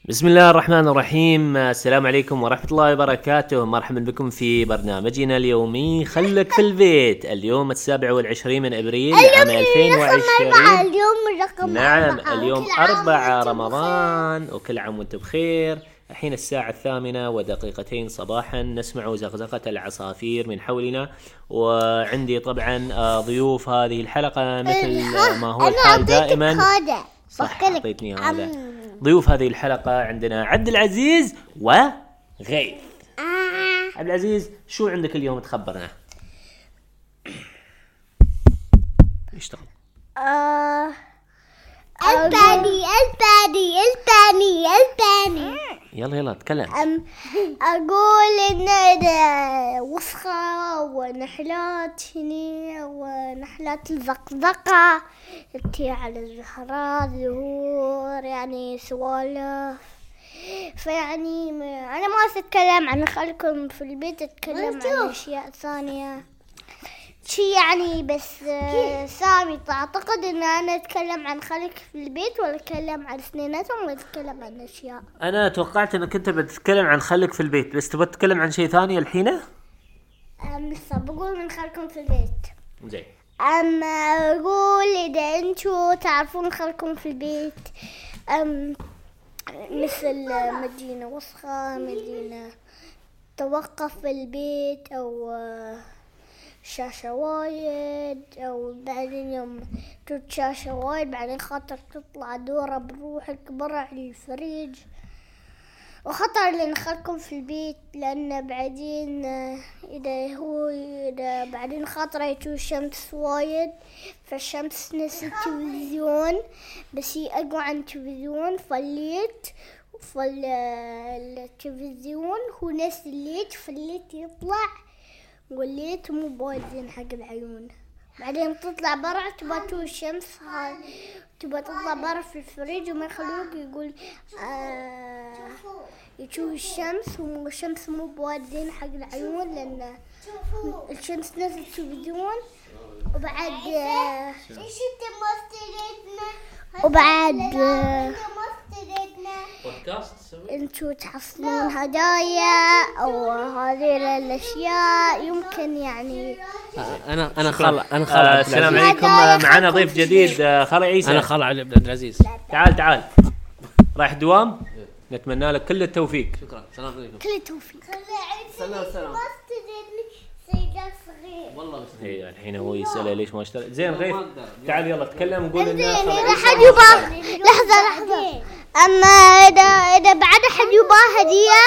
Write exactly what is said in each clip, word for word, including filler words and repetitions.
بسم الله الرحمن الرحيم. السلام عليكم ورحمة الله وبركاته. مرحبا بكم في برنامجنا اليومي خلك في البيت. اليوم السابع والعشرين من أبريل عام ألفين وعشرين. اليوم رقم نعم اليوم أربعة رمضان وكل عام وانتم بخير. الحين الساعة الثامنة ودقيقتين صباحا، نسمع زغزغة العصافير من حولنا، وعندي طبعا ضيوف هذه الحلقة مثل ما هو الحال دائما. صح، أعطيتني هذا. ضيوف هذه الحلقة عندنا عبد العزيز وغيث. آه. عبد العزيز، شو عندك اليوم تخبرنا؟ يشتغل. آه. الثاني الثاني الثاني الثاني يلا يلا تكلم. أقول إن وسخة ونحلات هني ونحلات الزقزقة تي على الزهرات زهور، يعني سوالف. فيعني أنا ما أتكلم عن خلكم في البيت، أتكلم عن أشياء ثانية شي يعني. بس سامي تعتقد ان انا اتكلم عن خلك في البيت ولا اتكلم عن سنيناتهم ولا اتكلم عن اشياء؟ انا توقعت انك انت بتتكلم عن خلك في البيت، بس تبغى تتكلم عن شيء ثاني الحين؟ ام لسه بقول من خلكم في البيت. زين. اما اقول اذا انتوا تعرفون خلكم في البيت، ام مثل مدينة وسخة، مدينة توقف في البيت، او شاشة وايد، أو بعدين يوم تشاشة وايد بعدين خاطر تطلع دورة بروحك برا الفريج، وخطر لنخلكم في البيت. لأن بعدين إذا هو إذا بعدين خاطر يتو الشمس وايد، فالشمس نفس التلفزيون بس هي أقوى عن التلفزيون، فالليت فالتلفزيون هو نفس الليت، فالليت يطلع والليت مو بوزين حق العيون. بعدين تطلع برا تبى تو الشمس، تبى تطلع برا في الفريج وما يخلوك يقول آه يشوف الشمس، ومو الشمس مو بوزين حق العيون لأن الشمس نفس التلفزيون. وبعد آه وبعد آه انتوا تحصلون هدايا او هذه الاشياء يمكن يعني. انا انا خال انا خال آه السلام عليكم. معنا ضيف جديد، خال عيسى. انا خال عبد العزيز. تعال تعال. رايح دوام؟ نتمنى لك كل التوفيق. شكرا. السلام عليكم. كل التوفيق. سلام سلام. والله بس هي الحين هو يسأله ليش ما اشترى. زين غيث، تعال يلا تكلم وقول لنا. أحد يبغى لحظة لحظة. أما إذا إذا بعد أحد يبغى هدية،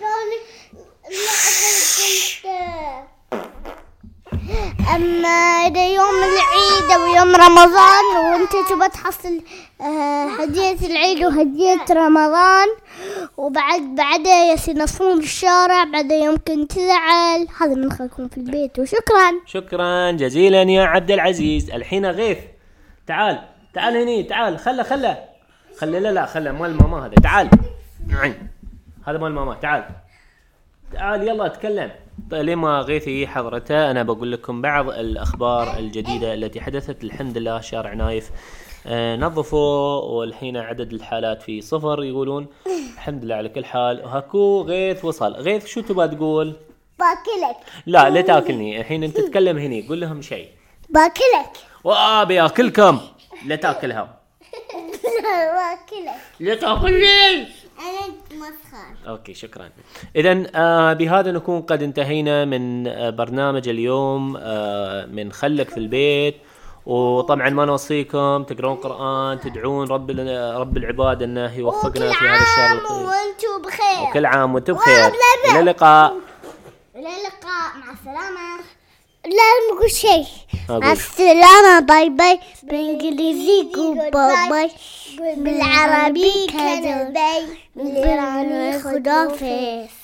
أما إذا يوم العيد أو يوم رمضان وأنت تبغى تحصل هدية العيد وهدية رمضان، وبعد بعدها يصير الشارع، بعدها يمكن تزعل. هذا من خلكم في البيت. وشكرا. شكرا جزيلا يا عبد العزيز. الحين غيث، تعال تعال هني، تعال. خله خله خله لا لا خله مال ماما هذا. تعال هذا مال ماما. تعال تعال يلا اتكلم. طيب لما غيثي حضرته، أنا بقول لكم بعض الأخبار الجديدة التي حدثت. الحمد لله شارع نايف آه نظفوا، والحين عدد الحالات في صفر يقولون. الحمد لله على كل حال. وهكو غيث وصل. غيث شو تبغى تقول؟ باكلك. لا لا تاكلني الحين، انت تتكلم هني. قول لهم شيء. باكلك. واه بياكلكم. لا تاكلها. باكلك. لا تاكلني. أنا مسخر. أوكي شكرا. إذن آه بهذا نكون قد انتهينا من آه برنامج اليوم آه من خلك في البيت. وطبعا ما نوصيكم تقرون قرآن، تدعون رب رب العباد انه يوفقنا في هذا الشهر الطيب. وانتم بخير. وكل عام وانتم بخير. إلى اللقاء. إلى اللقاء. مع السلامة. لا نقول شيء. مع السلامة. باي باي. بالإنجليزي باي باي، بالعربي كذا باي، بالإيراني خدافظ.